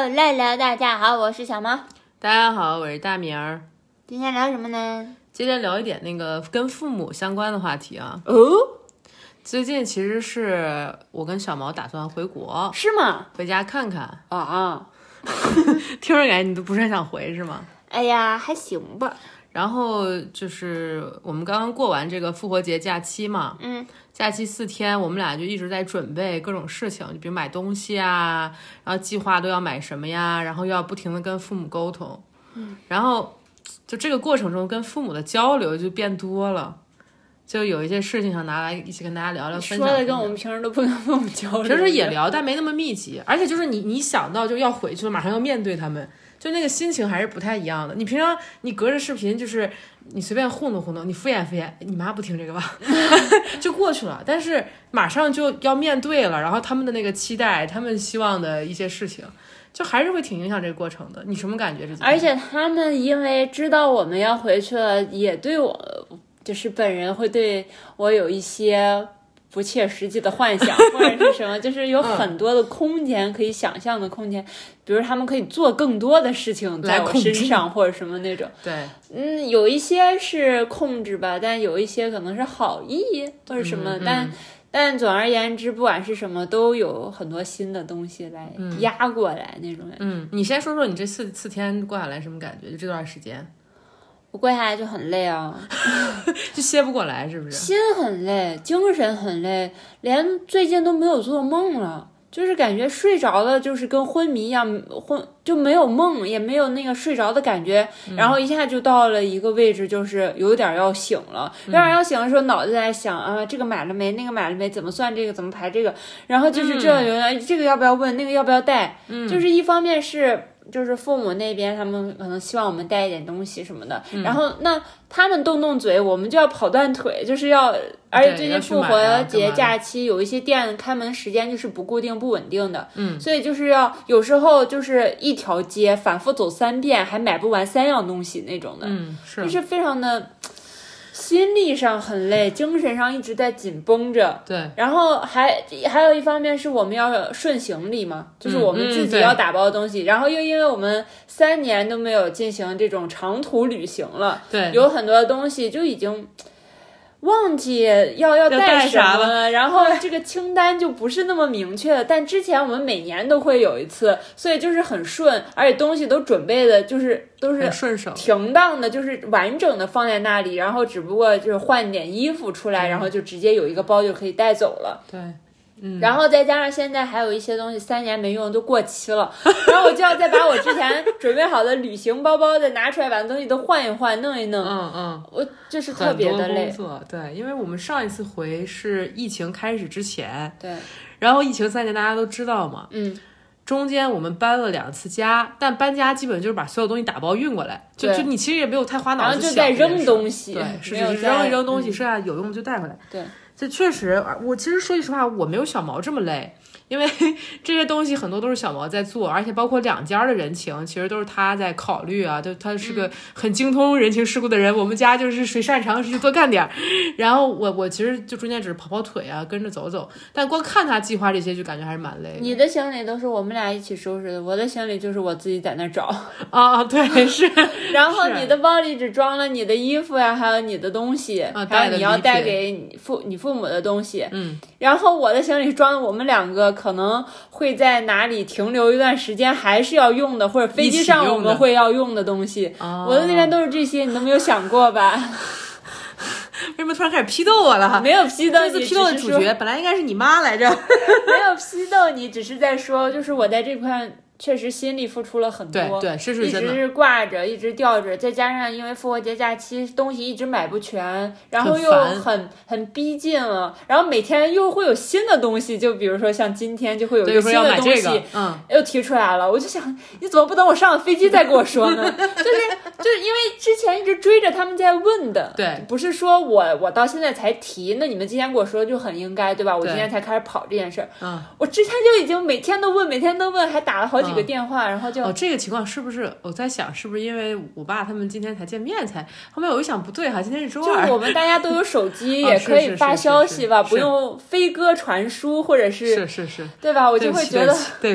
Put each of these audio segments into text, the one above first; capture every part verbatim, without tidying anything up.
的赖聊，大家好，我是小猫。 大家好，我是大明儿。 今天聊什么呢？ 今天聊一点那个跟父母相关的话题啊。 哦， 最近其实是我跟小毛打算回国， 是吗？ 回家看看啊。 听着感觉你都不是很想回是吗？ 哎呀，还行吧。 然后就是我们刚刚过完这个复活节假期嘛， 嗯， 假期四天，我们俩就一直在准备各种事情，就比如买东西啊，然后计划都要买什么呀，然后又要不停的跟父母沟通， 嗯， 然后就这个过程中跟父母的交流就变多了，就有一些事情想拿来一起跟大家聊聊，分享分享。 说的跟我们平时都不跟父母交流， 平时也聊，但没那么密集，而且就是你你想到就要回去了，马上要面对他们。就那个心情还是不太一样的。你平常你隔着视频，就是你随便糊弄糊弄，你敷衍敷衍，你妈不听这个吧，就过去了。但是马上就要面对了，然后他们的那个期待，他们希望的一些事情，就还是会挺影响这个过程的。你什么感觉？这而且他们因为知道我们要回去了，也对我就是本人会对我有一些不切实际的幻想或者是什么，就是有很多的空间可以想象的空间，比如他们可以做更多的事情在我身上或者什么那种。 对， 嗯，有一些是控制吧，但有一些可能是好意或者什么， 嗯嗯、 但但总而言之，不管是什么，都有很多新的东西来压过来、嗯、那种感觉。 嗯，你先说说你这四四天过下来什么感觉？就这段时间。 我过下来就很累啊， 就歇不过来，是不是？ 心很累，精神很累，连最近都没有做梦了，就是感觉睡着了，就是跟昏迷一样，昏就没有梦，也没有那个睡着的感觉， 嗯、 然后一下就到了一个位置，就是有点要醒了，有点要醒的时候，脑子在想啊，这个买了没？那个买了没？怎么算这个？怎么排这个？然后就是这有点、嗯、这个要不要问？那个要不要带？ 嗯、 就是一方面是。就是父母那边他们可能希望我们带一点东西什么的、嗯、然后那他们动动嘴我们就要跑断腿，就是要而且最近复活节假期有一些店开门时间就是不固定不稳定的， 嗯， 所以就是要有时候就是一条街反复走三遍还买不完三样东西那种的， 嗯，是就是非常的心力上很累，精神上一直在紧绷着。 对， 然后还还有一方面是我们要顺行李嘛，就是我们自己要打包的东西、嗯嗯、然后又因为我们三年都没有进行这种长途旅行了， 对， 有很多东西就已经忘记要要带什么了， 然后这个清单就不是那么明确了。但之前我们每年都会有一次，所以就是很顺，而且东西都准备的就是都是顺手停当的，就是完整的放在那里，然后只不过就是换点衣服出来、嗯、然后就直接有一个包就可以带走了。 对，嗯， 然后再加上现在还有一些东西三年没用都过期了，然后我就要再把我之前准备好的旅行包包再拿出来，把东西都换一换弄一弄。 嗯嗯， 我就是特别的累。 很多工作，对，因为我们上一次回是疫情开始之前， 对， 然后疫情三年大家都知道嘛， 嗯， 中间我们搬了两次家，但搬家基本就是把所有东西打包运过来，就就你其实也没有太花脑子想， 然后就在扔东西， 对，是是扔一扔东西，剩下有用就带回来， 对。 这确实，我其实说句实话，我没有小毛这么累，因为这些东西很多都是小毛在做，而且包括两家的人情，其实都是他在考虑啊。就他是个很精通人情世故的人，嗯、我们家就是谁擅长就多干点。然后我我其实就中间只是跑跑腿啊，跟着走走，但光看他计划这些，就感觉还是蛮累的。 你的行李都是我们俩一起收拾的，我的行李就是我自己在那找。 啊，对，是。 然后你的包里只装了你的衣服呀、啊，还有你的东西， 啊、 还有你要带给你父你父母的东西。 嗯。 然后我的行李装我们两个可能会在哪里停留一段时间，还是要用的，或者飞机上我们会要用的东西。 哦、 我的那边都是这些，你都没有想过吧？ 为什么突然开始批斗我了？ 没有批斗你， 这次批斗的主角本来应该是你妈来着。 没有批斗你，只是在说，就是我在这块确实心力付出了很多， 对对，是是真的， 一直是挂着，一直吊着，再加上因为复活节假期东西一直买不全，然后又很很, 很逼近了，然后每天又会有新的东西，就比如说像今天就会有一个新的东西， 这个、嗯， 又提出来了，我就想你怎么不等我上了飞机再跟我说呢？就是就是因为之前一直追着他们在问的， 对， 不是说我我到现在才提，那你们今天跟我说就很应该，对吧？我今天才开始跑这件事儿， 嗯， 我之前就已经每天都问，每天都问，还打了好几个电话，嗯、然后就哦，这个情况是不是我在想，是不是因为我爸他们今天才见面才？后面我一想不对哈，今天是周二， 就是我们大家都有手机，也可以发消息吧， 哦、 不用飞鸽传书，或者是是是是， 对吧？我就会觉得对不起，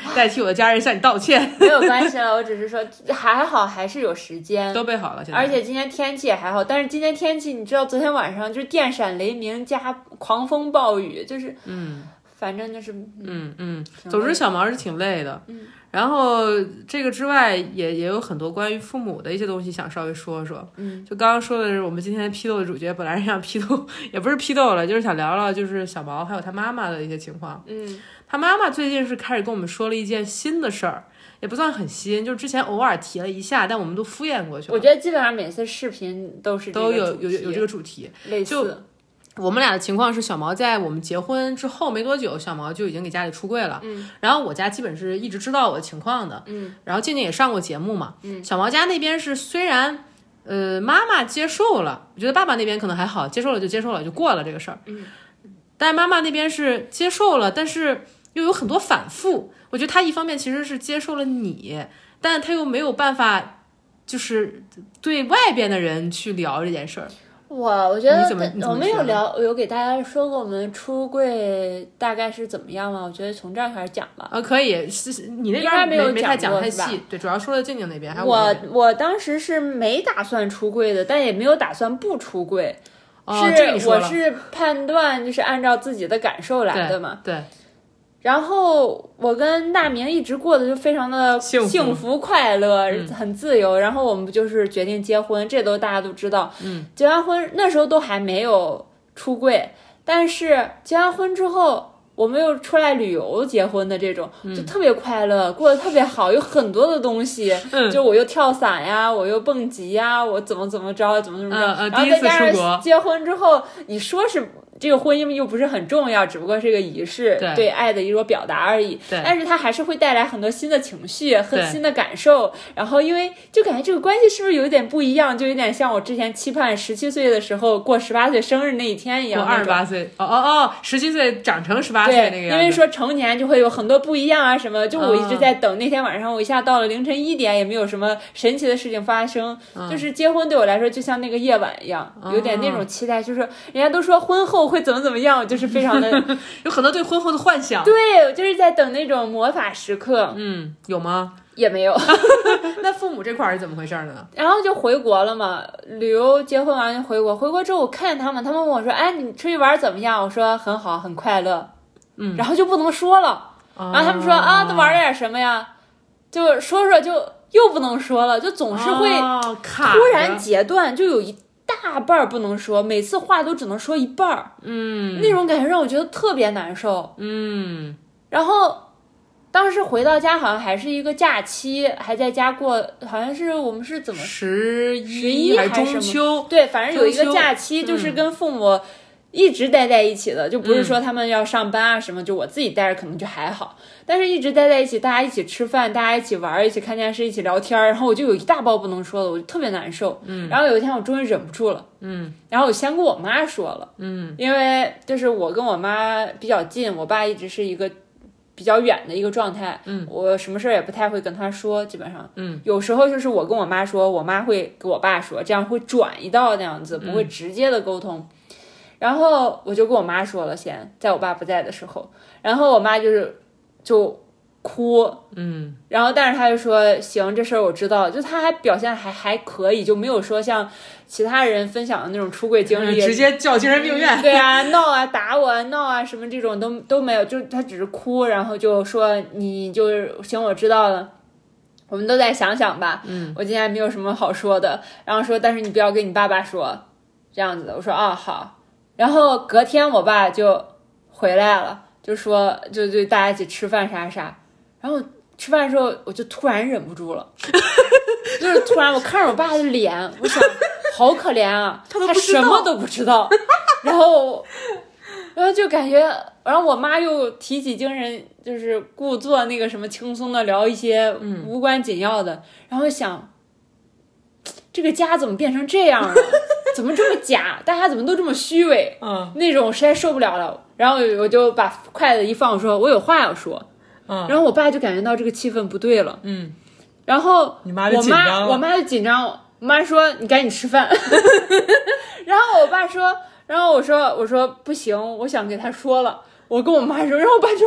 代替我的家人向你道歉。 没有关系了，我只是说还好，还是有时间， 都备好了。现在而且今天天气也还好，但是今天天气你知道，昨天晚上就是电闪雷鸣加狂风暴雨，就是嗯， 反正就是嗯嗯，总之小毛是挺累的。 嗯， 然后这个之外也也有很多关于父母的一些东西想稍微说说。 嗯， 就刚刚说的是我们今天批斗的主角，本来是想批斗，也不是批斗了，就是想聊聊就是小毛还有他妈妈的一些情况。 嗯， 他妈妈最近是开始跟我们说了一件新的事儿，也不算很新，就是之前偶尔提了一下，但我们都敷衍过去了。 我觉得基本上每次视频都是这个都有主有有题有这个主题。 类似。 我们俩的情况是，小毛在我们结婚之后没多久，小毛就已经给家里出柜了。 嗯， 然后我家基本是一直知道我的情况的。 嗯， 然后静静也上过节目嘛。 嗯， 小毛家那边是虽然呃妈妈接受了，我觉得爸爸那边可能还好，接受了就接受了，就过了这个事儿。 嗯， 但妈妈那边是接受了，但是又有很多反复。我觉得他一方面其实是接受了你，但他又没有办法，就是对外边的人去聊这件事儿。 我我觉得你怎么你怎么我们有聊，有给大家说过我们出柜大概是怎么样吗？我觉得从这儿开始讲吧。 啊，可以，是你那边没有没太讲太是吧细，对，主要说的静静那边。还有我那边我当时是没打算出柜的，但也没有打算不出柜。 哦， 是这个你说了我是判断就是按照自己的感受来的嘛。 对。对然后我跟大明一直过得就非常的幸福幸福快乐， 嗯很自由。然后我们不就是决定结婚，这都大家都知道。 嗯， 结完婚那时候都还没有出柜，但是结完婚之后，我们又出来旅游结婚的这种，就特别快乐，过得特别好，有很多的东西。 嗯， 就我又跳伞呀，我又蹦极呀，我怎么怎么着，怎么怎么着。 嗯嗯， 然后第一次再加出国上结婚之后，你说是。这个婚姻又不是很重要，只不过是个仪式， 对对爱的一种表达而已。 对， 但是它还是会带来很多新的情绪和对新的感受。然后，因为就感觉这个关系是不是有一点不一样，就有点像我之前期盼十七岁的时候过十八岁生日那一天一样。 我二十八岁，哦哦哦，十七岁长成十八岁那个样子。 因为说成年就会有很多不一样啊什么。就我一直在等那天晚上，我一下到了凌晨一点，也没有什么神奇的事情发生。 嗯、 就是结婚对我来说就像那个夜晚一样，有点那种期待。就是人家都说婚后会怎么怎么样。就是非常的有很多对婚后的幻想。 对，我就是在等那种魔法时刻。 嗯，有吗？ 也没有。 那父母这块是怎么回事呢？ 然后就回国了嘛，旅游结婚完就回国。回国之后我看他们，他们问我说：“哎，你出去玩怎么样？”我说：“很好，很快乐。” 嗯， 然后就不能说了。 然后他们说：“啊，都玩点什么呀？”就说说就又不能说了，就总是会突然截断，就有一。大半不能说，每次话都只能说一半， 嗯， 那种感觉让我觉得特别难受， 嗯。 然后当时回到家好像还是一个假期，还在家过，好像是我们是怎么十一十一还是中秋？ 对，反正有一个假期，就是跟父母一直待在一起的， 嗯、 就不是说他们要上班啊什么，嗯、就我自己待着可能就还好，但是一直待在一起，大家一起吃饭，大家一起玩，一起看电视，一起聊天，然后我就有一大包不能说的，我就特别难受。 嗯， 然后有一天我终于忍不住了， 嗯， 然后我先跟我妈说了， 嗯， 因为就是我跟我妈比较近，我爸一直是一个比较远的一个状态， 嗯， 我什么事也不太会跟他说，基本上， 嗯， 有时候就是我跟我妈说，我妈会跟我爸说，这样会转一道那样子，不会直接的沟通。嗯，然后我就跟我妈说了，先在我爸不在的时候，然后我妈就是就哭， 嗯， 然后但是她就说行，这事儿我知道，就她还表现还还可以，就没有说像其他人分享的那种出柜经历， 嗯、直接叫精神病院， 对啊，闹啊打我啊闹啊什么这种都都没有，就她只是哭，然后就说你就是行，我知道了。我们都再想想吧， 嗯， 我今天没有什么好说的，然后说，但是你不要跟你爸爸说，这样子的。我说啊好，然后隔天我爸就回来了，就说就就大家一起吃饭啥啥，然后吃饭的时候我就突然忍不住了，就是突然我看着我爸的脸，我想好可怜啊， 他都他什么都不知道，然后然后就感觉，然后我妈又提起精神，就是故作那个什么轻松的聊一些无关紧要的，嗯、然后想这个家怎么变成这样了？怎么这么假？大家怎么都这么虚伪？ 嗯， 那种实在受不了了。然后我就把筷子一放，我说我有话要说。 嗯， 然后我爸就感觉到这个气氛不对了。 嗯， 然后你妈就紧张了， 我妈就紧张。我妈说你赶紧吃饭。然后我爸说。然后我说我说不行，我想给他说了。我跟我妈说，然后我爸说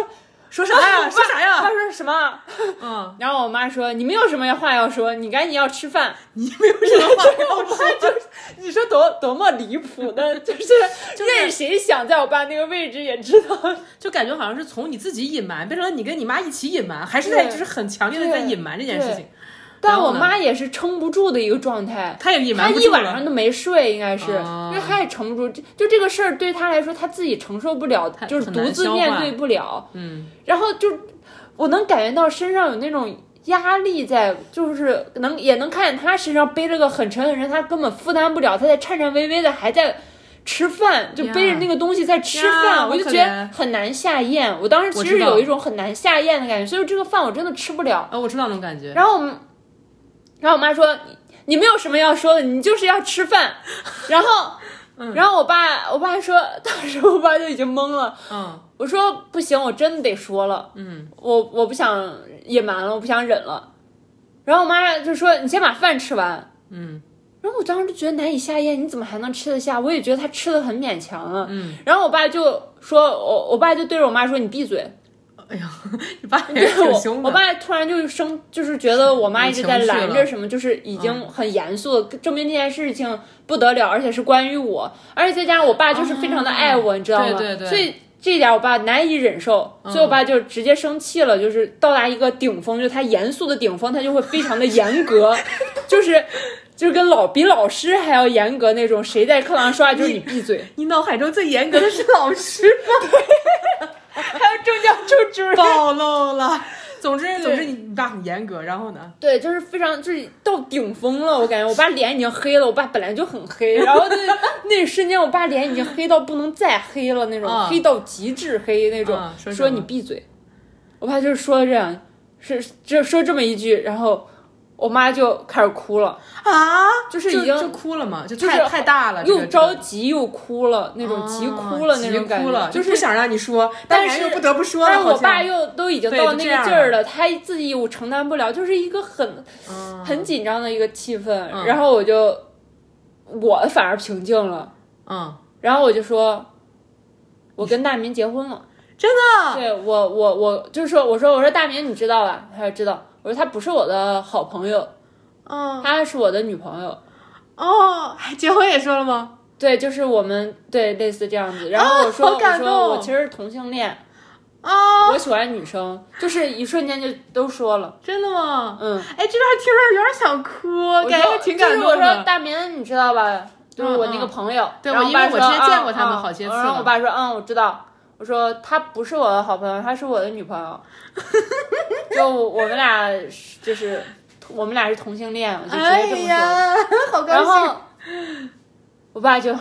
说啥呀？说啥呀？ 他说什么？ 嗯， 然后我妈说你没有什么话要说，你赶紧要吃饭。 你没有什么话要说， 就是你说多多么离谱的，就是任谁想在我爸那个位置也知道， 就感觉好像是从你自己隐瞒变成了你跟你妈一起隐瞒，还是在就是很强烈的在隐瞒这件事情。 但我妈也是撑不住的一个状态， 她也隐瞒不住了， 她一晚上都没睡，应该是、 哦、 因为她也撑不住，就这个事儿对她来说，她自己承受不了，就是独自面对不了。 嗯， 然后就我能感觉到身上有那种压力在，就是能也能看见她身上背了个很沉很沉，她根本负担不了，她在颤颤巍巍的还在吃饭，就背着那个东西在吃饭，我就觉得很难下咽。我当时其实有一种很难下咽的感觉，所以这个饭我真的吃不了。 哦，我知道那种感觉。 然后我们。然后我妈说你你没有什么要说的，你就是要吃饭。然后、嗯、然后我爸我爸说，当时我爸就已经懵了。 嗯， 我说不行，我真的得说了。 嗯， 我我不想隐瞒了，我不想忍了。然后我妈就说你先把饭吃完。 嗯， 然后我当时就觉得难以下咽，你怎么还能吃得下？我也觉得他吃的很勉强啊。 嗯， 然后我爸就说我我爸就对着我妈说你闭嘴。 哎呀，你爸也挺凶的。 我, 我爸突然就生，就是觉得我妈一直在拦着什么，就是已经很严肃的、嗯、证明这件事情不得了，而且是关于我，而且再加上我爸就是非常的爱我，啊、你知道吗？ 对对对。 所以这一点我爸难以忍受， 嗯、 所以我爸就直接生气了，就是到达一个顶峰，就是他严肃的顶峰，他就会非常的严格，就是就是跟老比老师还要严格那种，谁在课堂说话就是你闭嘴。 你, 你脑海中最严格的是老师吗？ 对。还有政教处主任暴露了。总之，总之你你爸很严格，然后呢？ 对，就是非常就是到顶峰了，我感觉我爸脸已经黑了，我爸本来就很黑，然后那那瞬间我爸脸已经黑到不能再黑了那种， 嗯、 黑到极致黑那种。 嗯、说, 说你闭嘴，我爸就是说这样，是只说这么一句，然后我妈就开始哭了啊， 就是已经就, 就哭了嘛，就太、 就是、太大了， 又着急又哭了，那种急哭了、 哦、 那种感觉， 了就是不想让你说， 但是又不得不说了。 但是我爸又都已经到那个劲儿了， 了，他自己我承担不了，就是一个很、 嗯、 很紧张的一个气氛、 嗯。 然后我就我反而平静了， 嗯， 然后我就说，我跟大明结婚了， 真的？ 对我我我就是说，我说我说大明你知道吧？他说知道。我说他不是我的好朋友。 哦， 她是我的女朋友。 哦，结婚也说了吗？ 对，就是我们对类似这样子。然后我说、 哦、好感动， 我说我其实是同性恋。 哦， 我喜欢女生，就是一瞬间就都说了。 真的吗？ 嗯， 哎，这段听着有点想哭，感觉挺感动的。 就是我说大明，你知道吧？就是我那个朋友。 嗯嗯、对， 然后我因为我之前见过他们啊好些次、 啊。然后我爸说，嗯，我知道。我说她不是我的好朋友，她是我的女朋友。就我们俩就是。我们俩是同性恋，我就直接这么说。 哎呀，好高兴。 然后我爸就，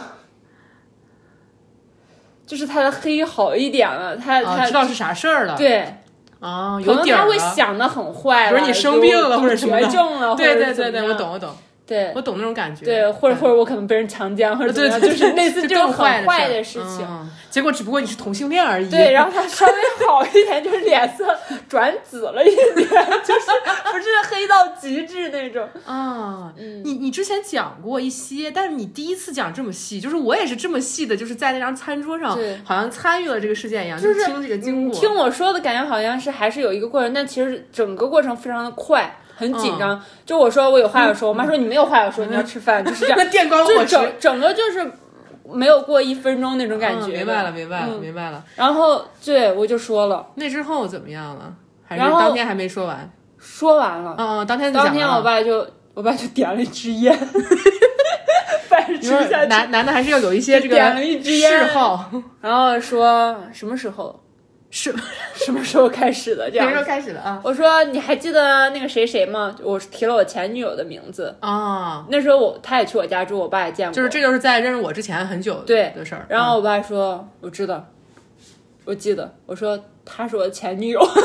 就是他的黑好一点了，他、 哦、 他知道是啥事儿了。 对， 哦，有点可能他会想的很坏， 比如你生病了或者什么绝症了， 对对对对，我懂我懂。 对， 我懂那种感觉。 对，或者或者我可能被人强奸或者怎么样，就是类似这种很坏的事情。 嗯、结果只不过你是同性恋而已。 对，然后他稍微好一点，就是脸色转紫了一点，就是不是黑到极致那种。 啊， 嗯， 你你之前讲过一些，但是你第一次讲这么细，就是我也是这么细的，就是在那张餐桌上，好像参与了这个事件一样， 就是听这个经过。 听我说的感觉好像是还是有一个过程，但其实整个过程非常的快。很紧张、嗯，就我说我有话要说，嗯、我妈说你没有话要说，嗯、你要吃饭，就是这样。 电光火石， 整整个就是没有过一分钟那种感觉。 嗯、明白了，明白了， 嗯、 明白了。 然后对我就说了， 那之后怎么样了？还是当天还没说完？ 说完了。 嗯嗯，当天就讲了。 当天我爸就我爸就点了一支烟，饭吃不下去。 男男的还是要有一些这个点了一支烟嗜好， 然后说什么时候？ 是什么时候开始的？这样什么时候开始的啊？ 我说你还记得那个谁谁吗？我提了我前女友的名字啊。 那时候我他也去我家住，我爸也见过。 就是这就是在认识我之前很久的事儿。 然后我爸说、嗯、我知道，我记得。我说她是我的前女友。我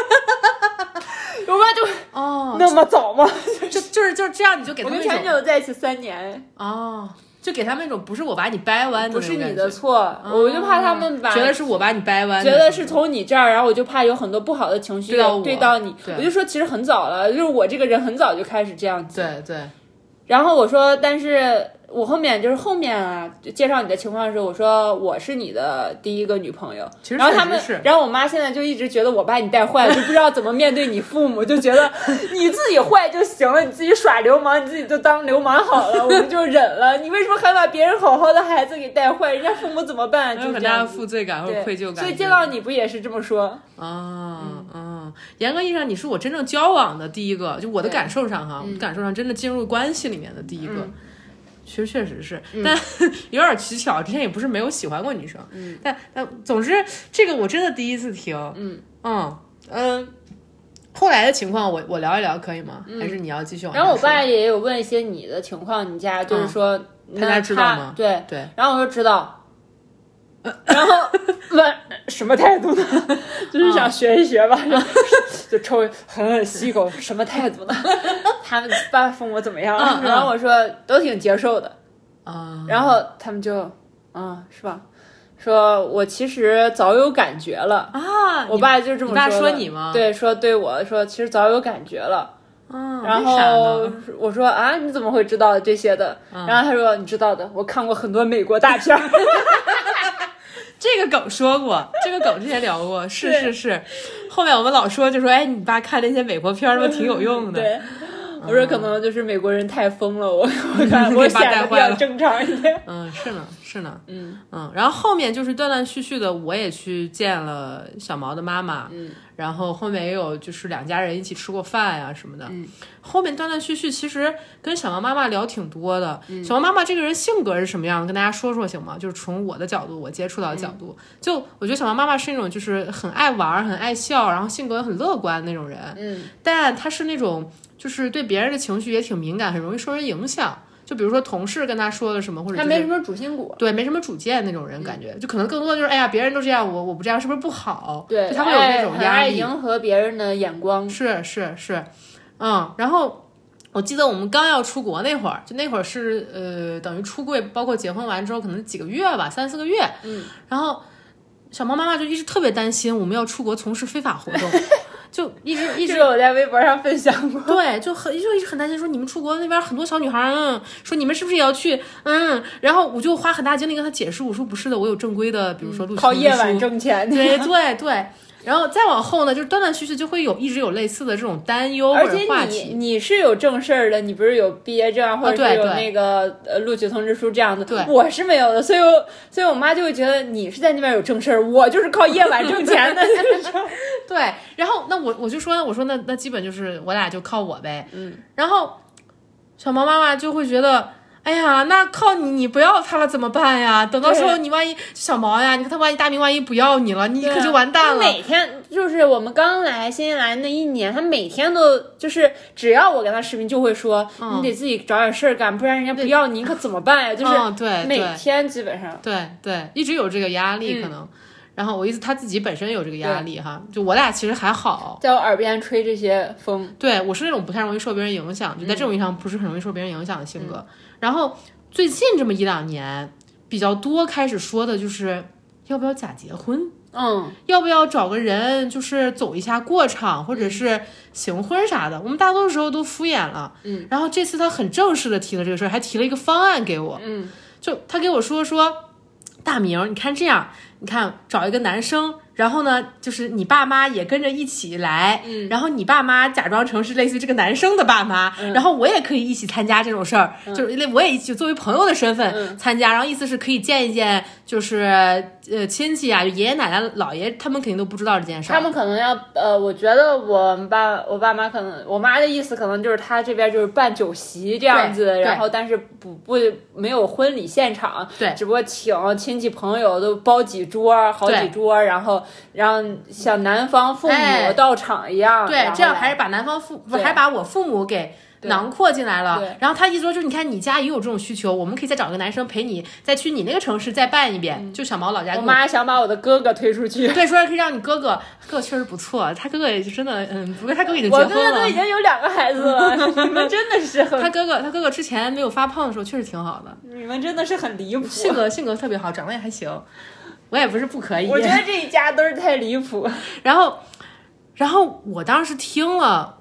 爸就哦， 那么早吗？ 就就是就是这样，你就给他们我跟前女友在一起三年哦。就给他们那种不是我把你掰弯的， 不是你的错、哦，我就怕他们把觉得是我把你掰弯， 觉得是从你这儿，然后我就怕有很多不好的情绪对到对到你。 我就说其实很早了，就是我这个人很早就开始这样子。 对对。 然后我说，但是我后面就是后面啊，就介绍你的情况的时候，我说我是你的第一个女朋友， 其实然后他们是， 然后我妈现在就一直觉得我把你带坏了，就不知道怎么面对你父母，就觉得你自己坏就行了，你自己耍流氓，你自己就当流氓好了，我们就忍了。你为什么还把别人好好的孩子给带坏？人家父母怎么办？就很大的负罪感或者愧疚感。 所以见到你不也是这么说？ 啊、哦、嗯，嗯，严格意义上，你是我真正交往的第一个，就我的感受上哈，我的感受上真的进入关系里面的第一个。嗯，其实确实是， 嗯、 但有点蹊跷，之前也不是没有喜欢过女生， 嗯， 但但总之这个我真的第一次听， 嗯嗯嗯，后来的情况我我聊一聊可以吗？嗯、还是你要继续往下说？ 然后我爸也有问一些你的情况，你家就是说、 嗯、他家知道吗？ 对对， 然后我说知道。然后问什么态度呢？就是想学一学吧，嗯、就抽狠狠吸口，什么态度呢？他们爸父母怎么样？ 嗯、 然后我说都挺接受的啊。 然后他们就啊，是吧？说我其实早有感觉了啊。 我爸就这么说的。 你爸说你吗？ 对，说对我说其实早有感觉了。 嗯， 然后我说啊，你怎么会知道这些的？ 嗯、 然后他说你知道的，我看过很多美国大片。 这个梗说过，这个梗之前聊过，是是是。后面我们老说就说，哎，你爸看那些美国片都挺有用的。 对，我说可能就是美国人太疯了，我我看我显得比较正常一点。 嗯，是呢是呢， 嗯嗯。然后后面就是断断续续的，我也去见了小毛的妈妈， 嗯。 然后后面也有就是两家人一起吃过饭呀、啊、什么的。 嗯， 后面断断续续，其实跟小毛妈妈聊挺多的。嗯、小毛妈妈这个人性格是什么样的？跟大家说说行吗？就是从我的角度，我接触到的角度，嗯、就我觉得小毛妈妈是那种就是很爱玩、很爱笑，然后性格很乐观那种人。 嗯， 但她是那种就是对别人的情绪也挺敏感，很容易受人影响。就比如说同事跟他说了什么，或者、就是、 他没什么主心骨， 对，没什么主见那种人，感觉、嗯、就可能更多的就是哎呀，别人都这样，我我不这样是不是不好？ 对， 他会有那种压力， 很爱迎合别人的眼光， 是是是，嗯。然后我记得我们刚要出国那会儿，就那会儿是呃，等于出柜，包括结婚完之后，可能几个月吧，三四个月， 嗯。 然后小毛妈妈就一直特别担心我们要出国从事非法活动。就一直一直我在微博上分享过， 对，就很就一直很担心，说你们出国那边很多小女孩，嗯，说你们是不是也要去，嗯，然后我就花很大精力跟他解释，我说不是的，我有正规的，比如说录取、嗯、 靠夜晚挣钱， 对对对。然后再往后呢，就是断断续续就会有一直有类似的这种担忧或者话题。 而且你你是有正事儿的，你不是有毕业证或者是有那个、哦、呃录取通知书这样的， 对， 我是没有的，所以我所以我妈就会觉得你是在那边有正事儿，我就是靠夜晚挣钱的。 对，然后那我我就说我说那那基本就是我俩就靠我呗， 嗯， 然后小毛妈妈就会觉得。哎呀，那靠你，你不要他了怎么办呀？等到时候你万一小毛呀，你看他万一大明万一不要你了，你可就完蛋了。 每天就是我们刚来新西兰那一年，他每天都就是只要我跟他视频就会说，嗯、你得自己找点事儿干，不然人家不要你，你可怎么办呀？就是对， 每天基本上对 对, 对，一直有这个压力可能。嗯，然后我意思他自己本身有这个压力哈，就我俩其实还好， 在我耳边吹这些风。 对，我是那种不太容易受别人影响，就在这种意义上不是很容易受别人影响的性格。嗯、然后最近这么一两年比较多开始说的就是要不要假结婚， 嗯， 要不要找个人就是走一下过场或者是行婚啥的，嗯、我们大多数时候都敷衍了。 嗯， 然后这次他很正式的提了这个事儿，还提了一个方案给我。 嗯， 就他给我说说大明，你看这样。你看找一个男生，然后呢就是你爸妈也跟着一起来， 嗯， 然后你爸妈假装成是类似于这个男生的爸妈， 嗯、 然后我也可以一起参加这种事儿， 嗯、 就是我也一起作为朋友的身份参加， 嗯、 然后意思是可以见一见就是呃亲戚啊，就爷爷奶奶姥爷他们肯定都不知道这件事儿， 他们可能要呃我觉得我爸我爸妈可能我妈的意思可能就是他这边就是办酒席这样子，然后但是不不没有婚礼现场， 对， 只不过请亲戚朋友都包几桌好几桌，然后然后像男方父母到场一样， 哎、对，这样还是把男方父不还把我父母给囊括进来了。然后他一说就是你看你家也有这种需求，我们可以再找个男生陪你再去你那个城市再办一遍，嗯、就小毛老家我。 我妈想把我的哥哥推出去， 对，说可以让你哥哥，哥哥确实不错，他哥哥也真的嗯，不过他哥哥已经结婚了， 我哥哥都已经有两个孩子了，你们真的是很他哥哥他哥哥之前没有发胖的时候确实挺好的， 你们真的是很离谱， 性格性格特别好，长得也还行。我也不是不可以， 我觉得这一家都是太离谱。 然后，然后我当时听了，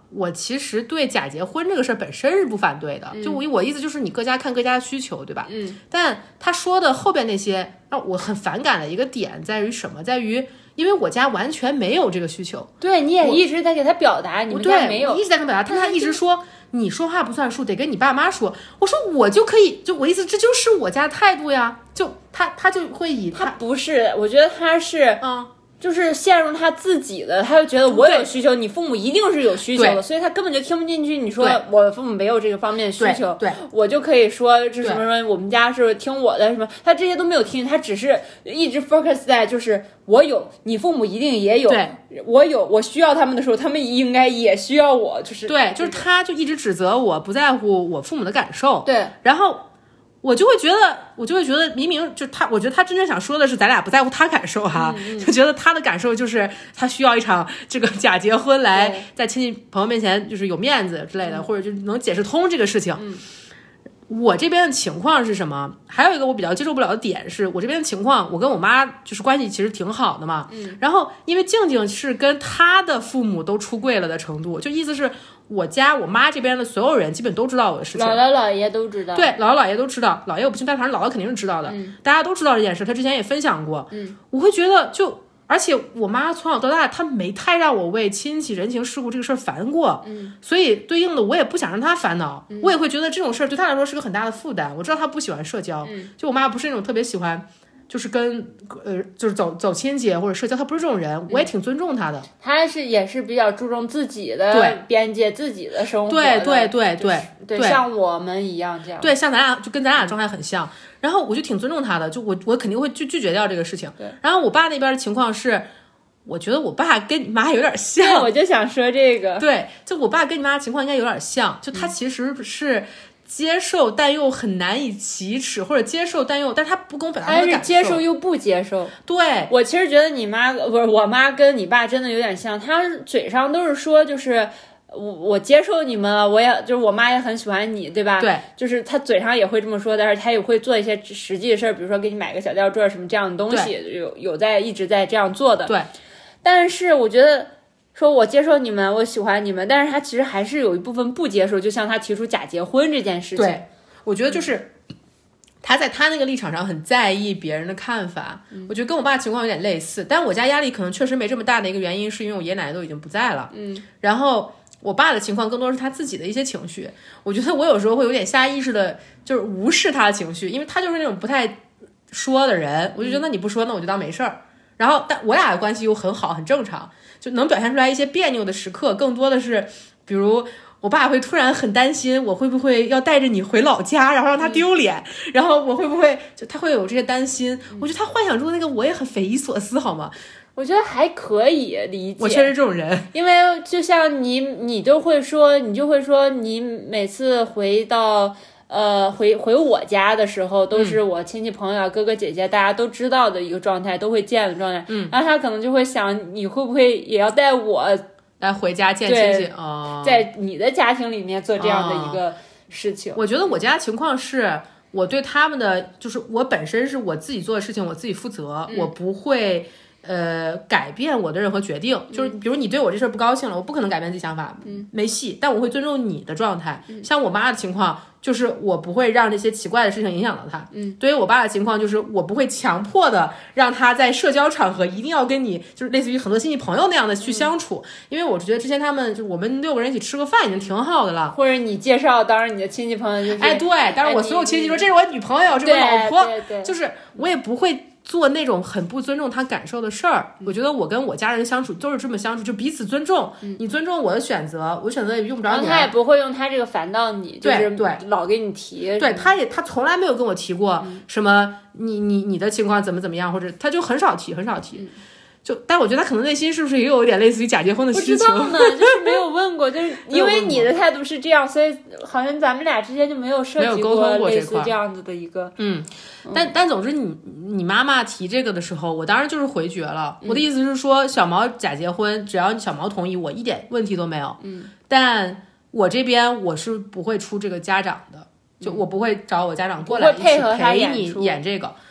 我其实对假结婚这个事儿本身是不反对的，嗯、就我我意思就是你各家看各家的需求，对吧？ 嗯。 但他说的后边那些让我很反感的一个点在于什么？在于因为我家完全没有这个需求。 对，你也一直在给他表达，你们家没有， 我一直在跟他表达，但他一直说你说话不算数，得跟你爸妈说。我说我就可以，就我意思这就是我家态度呀。就他他就会以他, 他不是，我觉得他是嗯。 就是陷入他自己的，他就觉得我有需求，你父母一定是有需求的，所以他根本就听不进去。你说我父母没有这个方面的需求， 对，对我就可以说这什么什么，我们家是听我的什么，他这些都没有听，他只是一直 focus 在就是我有，你父母一定也有， 对， 我有，我需要他们的时候，他们应该也需要我，就是对，就是他就一直指责我不在乎我父母的感受， 对， 然后。我就会觉得，我就会觉得，明明就他，我觉得他真正想说的是，咱俩不在乎他感受哈、啊嗯嗯，就觉得他的感受就是他需要一场这个假结婚来在亲戚朋友面前就是有面子之类的，嗯、或者就能解释通这个事情。 嗯、 我这边的情况是什么？还有一个我比较接受不了的点是，我这边的情况，我跟我妈就是关系其实挺好的嘛。 嗯， 然后因为静静是跟她的父母都出柜了的程度，就意思是。我家我妈这边的所有人基本都知道我的事情， 姥姥姥爷都知道， 对，姥姥姥爷都知道，姥爷我不信，但反正姥姥肯定是知道的、 嗯， 大家都知道这件事，他之前也分享过， 嗯， 我会觉得就，而且我妈从小到大，她没太让我为亲戚人情世故这个事儿烦过， 嗯， 所以对应的我也不想让她烦恼、嗯，我也会觉得这种事儿对她来说是个很大的负担，我知道她不喜欢社交， 嗯， 就我妈不是那种特别喜欢。就是跟呃，就是走走亲戚或者社交，他不是这种人，我也挺尊重他的。 他是也是比较注重自己的边界、自己的生活的。 对对对对对， 像我们一样这样。 对，像咱俩就跟咱俩状态很像。然后我就挺尊重他的，就我我肯定会拒拒绝掉这个事情。 对。 然后我爸那边的情况是，我觉得我爸跟你妈有点像。 我就想说这个。 对，就我爸跟你妈的情况应该有点像，就他其实是。接受但又很难以启齿，或者接受但又，但是他不跟我表达他的感受， 他是接受又不接受。 对， 我其实觉得你妈不是我妈跟你爸真的有点像，他嘴上都是说就是我我接受你们了，我也就是我妈也很喜欢你，对吧？ 对，就是他嘴上也会这么说，但是他也会做一些实际的事儿，比如说给你买个小吊坠什么这样的东西，有有在一直在这样做的。 对， 但是我觉得。说我接受你们，我喜欢你们，但是他其实还是有一部分不接受，就像他提出假结婚这件事情。 对，我觉得就是他在他那个立场上很在意别人的看法，嗯、我觉得跟我爸情况有点类似，但我家压力可能确实没这么大的一个原因，是因为我爷爷奶奶都已经不在了。 嗯， 然后我爸的情况更多是他自己的一些情绪，我觉得我有时候会有点下意识的，就是无视他的情绪，因为他就是那种不太说的人，我就觉得那你不说，那我就当没事儿。然后，但我俩的关系又很好，很正常。就能表现出来一些别扭的时刻，更多的是，比如我爸会突然很担心我会不会要带着你回老家，然后让他丢脸，嗯、然后我会不会就他会有这些担心。嗯、我觉得他幻想中的那个我也很匪夷所思，好吗？ 我觉得还可以理解， 我确实这种人， 因为就像你，你都会说，你就会说，你每次回到。呃，回回我家的时候，都是我亲戚朋友、啊、哥哥姐姐，大家都知道的一个状态，都会见的状态。 嗯， 然后他可能就会想，你会不会也要带我来回家见亲戚？哦， 在你的家庭里面做这样的一个事情。 哦、我觉得我家情况是，我对他们的，就是我本身是我自己做的事情，我自己负责， 嗯、 我不会。呃，改变我的任何决定，就是比如你对我这事儿不高兴了，我不可能改变自己想法， 嗯， 没戏。但我会尊重你的状态。 嗯、 像我妈的情况，就是我不会让这些奇怪的事情影响到她。 嗯， 对于我爸的情况，就是我不会强迫的让他在社交场合一定要跟你，就是类似于很多亲戚朋友那样的去相处，嗯、因为我觉得之前他们就我们六个人一起吃个饭已经挺好的了。 或者你介绍，当然你的亲戚朋友就是， 哎，对，当然我所有亲戚说这是我女朋友，这是我老婆， 对对对， 就是我也不会。做那种很不尊重他感受的事儿、嗯，我觉得我跟我家人相处都是这么相处，就彼此尊重。 嗯、 你尊重我的选择，我选择也用不着你。 他也不会用他这个烦到你， 对对， 老给你提。 对，他也他从来没有跟我提过什么、嗯、你你你的情况怎么怎么样，或者他就很少提很少提。 嗯就，但我觉得他可能内心是不是也有一点类似于假结婚的需求？ 不知道呢，就是没有问过，就是因为你的态度是这样，所以好像咱们俩之间就没有涉及过类似这样子的一个。 嗯，但但总之你你妈妈提这个的时候，我当然就是回绝了。 嗯、 我的意思是说，小毛假结婚，只要小毛同意，我一点问题都没有。 嗯， 但我这边我是不会出这个家长的，就我不会找我家长过来一起陪你演这个。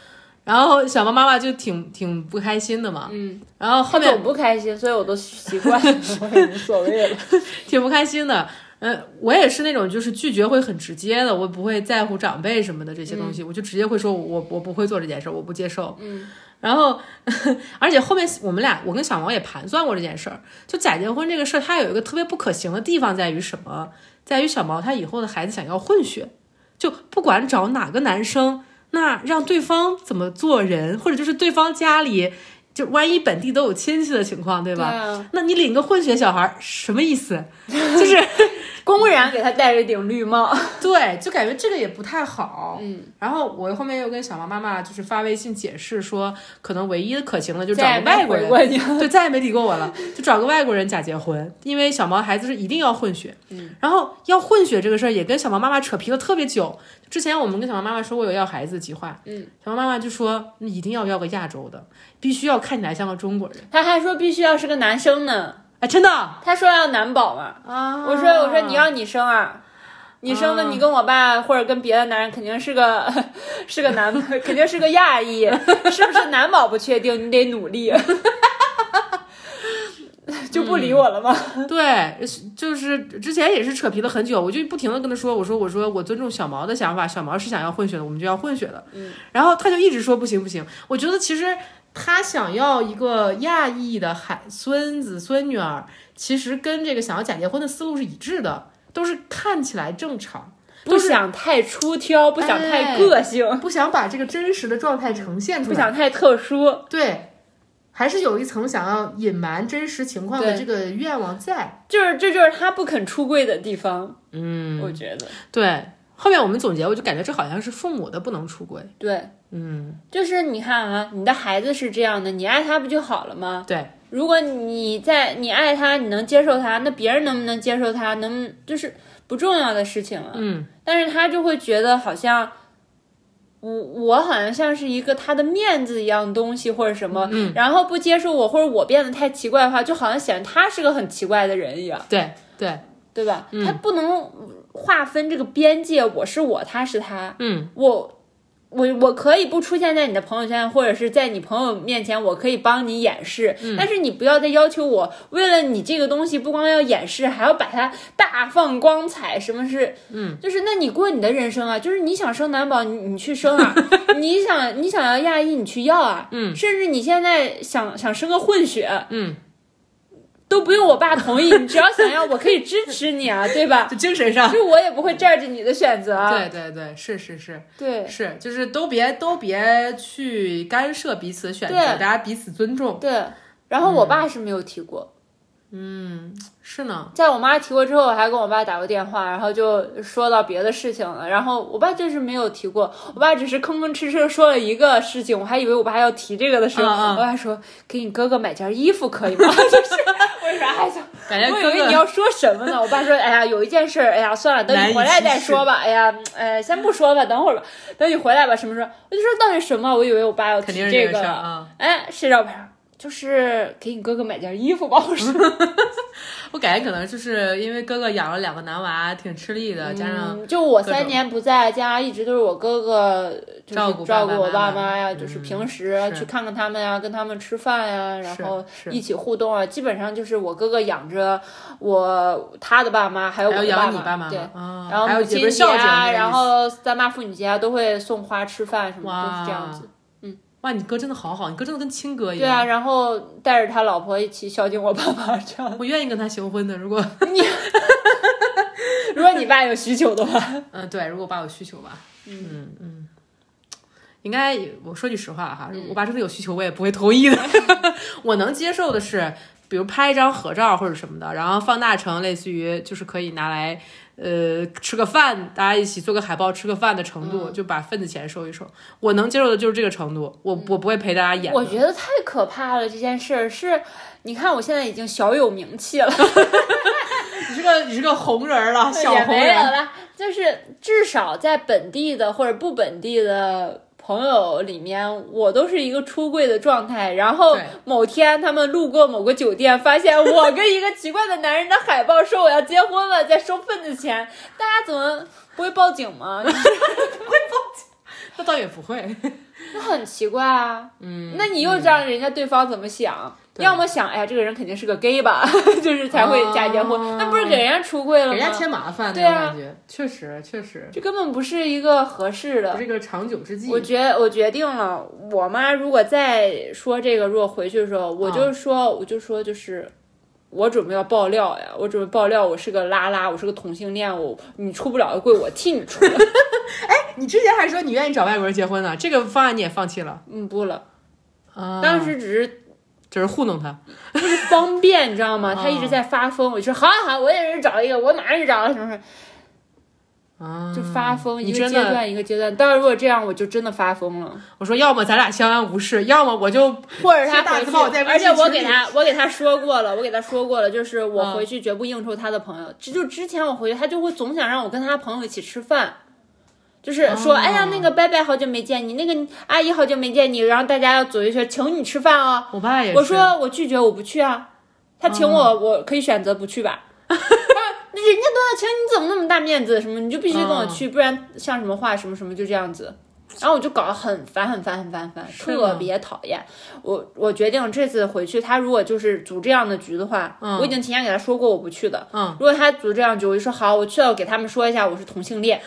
然后小毛妈妈就挺挺不开心的嘛， 嗯， 然后后面总不开心，所以我都习惯了，我也无所谓了， 挺不开心的。嗯，我也是那种就是拒绝会很直接的，我不会在乎长辈什么的这些东西，嗯、我就直接会说我我不会做这件事，我不接受。 嗯， 然后而且后面我们俩我跟小毛也盘算过这件事儿，就假结婚这个事儿，它有一个特别不可行的地方在于什么？在于小毛他以后的孩子想要混血，就不管找哪个男生，那让对方怎么做人，或者就是对方家里。就万一本地都有亲戚的情况，对吧？ 对啊， 那你领个混血小孩什么意思？就是公然给他戴着一顶绿帽， 对，就感觉这个也不太好。 嗯， 然后我后面又跟小毛妈妈就是发微信解释说，可能唯一可行的就找个外国人，对，再也没理过我了，就找个外国人假结婚，因为小毛孩子是一定要混血。 嗯， 然后要混血这个事儿也跟小毛妈妈扯皮了特别久。之前我们跟小毛妈妈说过有要孩子计划， 嗯， 小毛妈妈就说你一定要要个亚洲的，必须要看起来像个中国人。 他还说必须要是个男生呢， 哎，真的？ 他说要男宝嘛。 啊， 我说我说你要你生啊，你生的你跟我爸或者跟别的男人肯定是个是个男，肯定是个亚裔，是不是男宝不确定，你得努力。就不理我了吗？ 嗯、对，就是之前也是扯皮了很久，我就不停的跟他说，我说我说我尊重小毛的想法，小毛是想要混血的，我们就要混血的。 嗯， 然后他就一直说不行不行。我觉得其实他想要一个亚裔的孩孙子孙女儿，其实跟这个想要假结婚的思路是一致的，都是看起来正常， 不想太出挑，不想太个性， 哎、不想把这个真实的状态呈现出来， 不想太特殊。 对。还是有一层想要隐瞒真实情况的这个愿望在， 就是这就是他不肯出柜的地方。 嗯， 我觉得对。后面我们总结，我就感觉这好像是父母的不能出柜。 对， 嗯， 就是你看啊，你的孩子是这样的，你爱他不就好了吗？ 对。 如果你在你爱他，你能接受他，那别人能不能接受他，能就是不重要的事情了。 嗯， 但是他就会觉得好像。我我好像像是一个他的面子一样东西或者什么， 嗯， 然后不接受我或者我变得太奇怪的话，就好像显得他是个很奇怪的人一样。 对对对吧？ 嗯、 他不能划分这个边界，我是我，他是他。 嗯， 我我我可以不出现在你的朋友圈，或者是在你朋友面前，我可以帮你掩饰， 嗯、 但是你不要再要求我为了你这个东西，不光要掩饰，还要把它大放光彩。什么是？ 嗯， 就是那你过你的人生啊，就是你想生男宝，你你去生啊，你想你想要亚裔，你去要啊， 嗯， 甚至你现在想想生个混血， 嗯。 都不用我爸同意，你只要想要，我可以支持你啊，对吧？ 就精神上， 就我也不会占着你的选择啊。 对对对，是是是， 对， 是就是都别都别去干涉彼此选择，大家彼此尊重。 对，然后我爸是没有提过。 嗯，是呢。 在我妈提过之后，我还跟我爸打过电话，然后就说到别的事情了。然后我爸就是没有提过，我爸只是吭吭哧哧说了一个事情，我还以为我爸要提这个的时候， 嗯嗯、 我爸说给你哥哥买件衣服可以吗？就是为啥还想？ 感觉我以为你要说什么呢？我爸说，哎呀，有一件事，哎呀，算了，等你回来再说吧。哎呀，哎，先不说吧，等会儿吧，等你回来吧。什么时候？我就说到底什么？我以为我爸要提这个。 肯定是这个事儿啊。 哎，谁知道不是？就是给你哥哥买件衣服吧，我说。 我感觉可能就是因为哥哥养了两个男娃，挺吃力的，加上、 嗯、就我三年不在家，一直都是我哥哥就是照顾照顾我爸妈呀， 嗯、 就是平时去看看他们呀，跟他们吃饭呀，然后一起互动啊，基本上就是我哥哥养着我他的爸妈，还有我的爸妈， 爸妈对， 哦、 然后母亲节啊，然后三八妇女节啊，都会送花吃饭什么，都是这样子。 哇，你哥真的好好，你哥真的跟亲哥一样。 对啊，然后带着他老婆一起孝敬我爸爸，这样。 我愿意跟他行婚的，如果你，如果你爸有需求的话。 嗯，对，如果我爸有需求吧。嗯嗯嗯，应该我说句实话哈，我爸真的有需求，我也不会同意的。我能接受的是，比如拍一张合照或者什么的，然后放大成类似于就是可以拿来。呃，吃个饭，大家一起做个海报，吃个饭的程度， 嗯、 就把份子钱收一收。我能接受的就是这个程度，我、嗯、我不会陪大家演。 我觉得太可怕了，这件事儿是，你看我现在已经小有名气了， 你是个你是个红人了，小红人。 也没有了，就是至少在本地的或者不本地的。朋友里面，我都是一个出柜的状态。然后某天他们路过某个酒店，发现我跟一个奇怪的男人的海报，说我要结婚了，在收份子钱。大家怎么不会报警吗？ 不会报警， 那倒也不会， 那很奇怪啊。嗯，那你又让人家对方怎么想？要么想，哎呀，这个人肯定是个 gay 吧，就是才会假结婚，哦、那不是给人家出柜了吗？ 给人家添麻烦，对啊，感觉确实确实， 这根本不是一个合适的， 不是一个长久之计。 我决我决定了，我妈如果再说这个，如果回去的时候，我就说，哦、我就说，就是我准备要爆料呀，我准备爆料，我是个拉拉，我是个同性恋，我你出不了的柜，我替你出。 哎，你之前还说你愿意找外国人结婚呢，这个方案你也放弃了？ 嗯，不了， 啊， 当时只是。 就是糊弄他， 就是方便，你知道吗？他一直在发疯，我就说好好好，我也是找一个，我马上就找了什么什么，啊，就发疯，一个阶段一个阶段。但是如果这样，我就真的发疯了。 我说，要么咱俩相安无事，要么我就或者他回去，而且我给他，我给他说过了，我给他说过了，就是我回去绝不应酬他的朋友。这、嗯、就之前我回去，他就会总想让我跟他朋友一起吃饭。就是说，哦、哎呀，那个伯伯好久没见你，那个阿姨好久没见你，然后大家要走一圈，请你吃饭啊、哦。 我爸也是。 我说我拒绝，我不去啊。他请我，哦、我可以选择不去吧。那人家都要请，你怎么那么大面子？什么你就必须跟我去，哦、不然像什么话什么什么就这样子。然后我就搞得很烦很烦很烦很烦，特别讨厌。我我决定这次回去，他如果就是组这样的局的话，嗯、我已经提前给他说过我不去的。嗯，如果他组这样局，我就说好，我去了，我给他们说一下我是同性恋。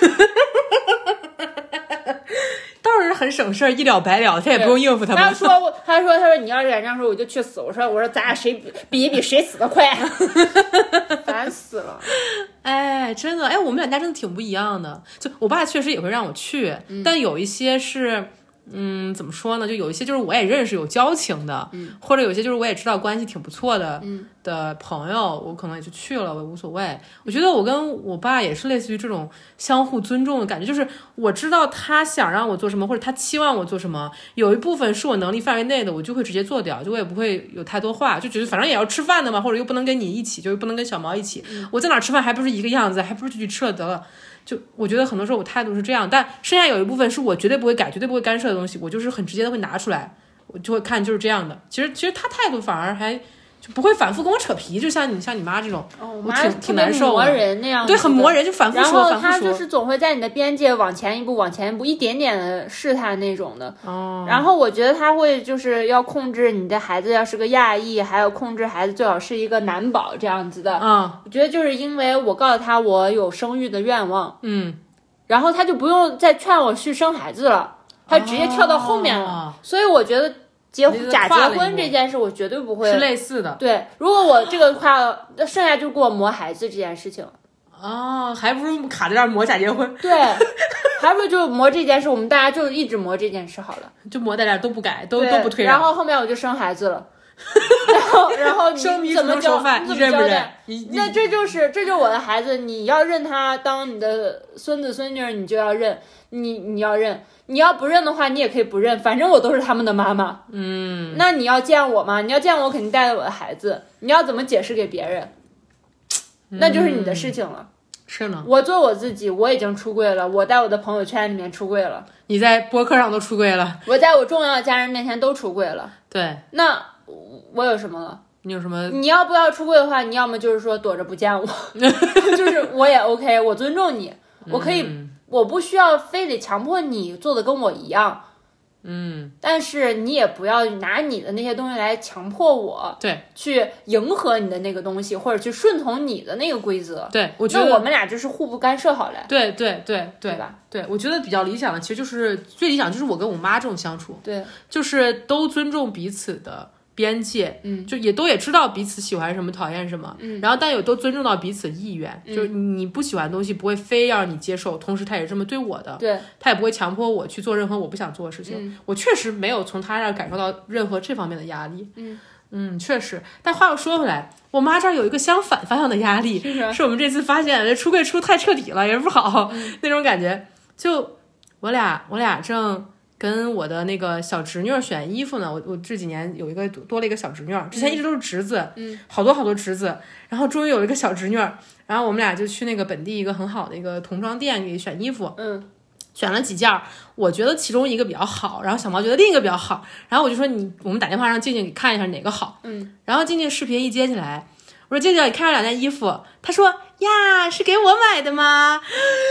倒是很省事儿，一了百了，他也不用应付他们。 他说，他说，他说你要是敢这样说，我就去死。我说，我说咱俩谁比一比谁死得快，烦死了。 哎，真的，哎，我们两家真的挺不一样的。就我爸确实也会让我去，嗯、但有一些是。嗯，怎么说呢？就有一些就是我也认识有交情的，嗯，或者有些就是我也知道关系挺不错的，嗯，的朋友，我可能也就去了，我也无所谓。我觉得我跟我爸也是类似于这种相互尊重的感觉，就是我知道他想让我做什么，或者他期望我做什么，有一部分是我能力范围内的，我就会直接做掉，就我也不会有太多话，就觉得反正也要吃饭的嘛，或者又不能跟你一起，就又不能跟小毛一起，嗯、我在哪吃饭还不是一个样子，还不是就去吃了得了。就我觉得很多时候我态度是这样，但剩下有一部分是我绝对不会改绝对不会干涉的东西，我就是很直接的会拿出来，我就会看就是这样的。其实其实他态度反而还就不会反复跟我扯皮，就像你像你妈这种， 哦、 我挺挺难受的， 磨人那样， 对，很磨人，就反复说， 然后他就是总会在你的边界往前一步往前一步一点点的试探那种的。哦。然后我觉得他会就是要控制你的孩子，要是个亚裔，还有控制孩子最好是一个男宝这样子的。嗯。我觉得就是因为我告诉他我有生育的愿望， 嗯。 然后他就不用再劝我去生孩子了，他直接跳到后面了。哦、所以我觉得结假结婚这件事，我绝对不会是类似的。 对，如果我这个跨了，剩下就给我磨孩子这件事情。 哦，还不如卡在这儿磨假结婚。 对，还不如就磨这件事，我们大家就一直磨这件事好了， 就磨在这儿都不改，都都不退让。 然后后面我就生孩子了。然后，然后你怎么交？你怎么交代？那这就是这就是我的孩子，你要认他当你的孙子孙女，你就要认，你你要认，你要不认的话，你也可以不认，反正我都是他们的妈妈。 嗯， 那你要见我吗？你要见我，肯定带着我的孩子。你要怎么解释给别人？那就是你的事情了。 嗯、是呢， 我做我自己，我已经出柜了，我在我的朋友圈里面出柜了， 你在播客上都出柜了， 我在我重要的家人面前都出柜了。 对， 那。我有什么了？ 你有什么？ 你要不要出柜的话，你要么就是说躲着不见我，就是我也 OK， 我尊重你，我可以，嗯、我不需要非得强迫你做的跟我一样， 嗯， 但是你也不要拿你的那些东西来强迫我， 对， 去迎合你的那个东西，或者去顺从你的那个规则。 对，我觉得那我们俩就是互不干涉好了。 对对对对， 对吧？ 对，我觉得比较理想的，其实就是最理想就是我跟我妈这种相处， 对， 就是都尊重彼此的边界， 嗯， 就也都也知道彼此喜欢什么讨厌什么，嗯，然后但有都尊重到彼此意愿，嗯、就是你不喜欢的东西不会非要你接受，同时他也是这么对我的， 对， 他也不会强迫我去做任何我不想做的事情， 嗯、 我确实没有从他那儿感受到任何这方面的压力， 嗯嗯，确实。但话又说回来，我妈这儿有一个相反方向的压力， 是, 是我们这次发现这出柜出太彻底了，也不好、嗯、那种感觉。就我俩我俩正。跟我的那个小侄女选衣服呢，我我这几年有一个多了一个小侄女，之前一直都是侄子， 嗯， 好多好多侄子，然后终于有一个小侄女，然后我们俩就去那个本地一个很好的一个童装店给选衣服， 嗯， 选了几件，我觉得其中一个比较好，然后小毛觉得另一个比较好，然后我就说你我们打电话让静静给看一下哪个好， 嗯， 然后静静视频一接起来，我说静静你看这两件衣服，她说呀是给我买的吗？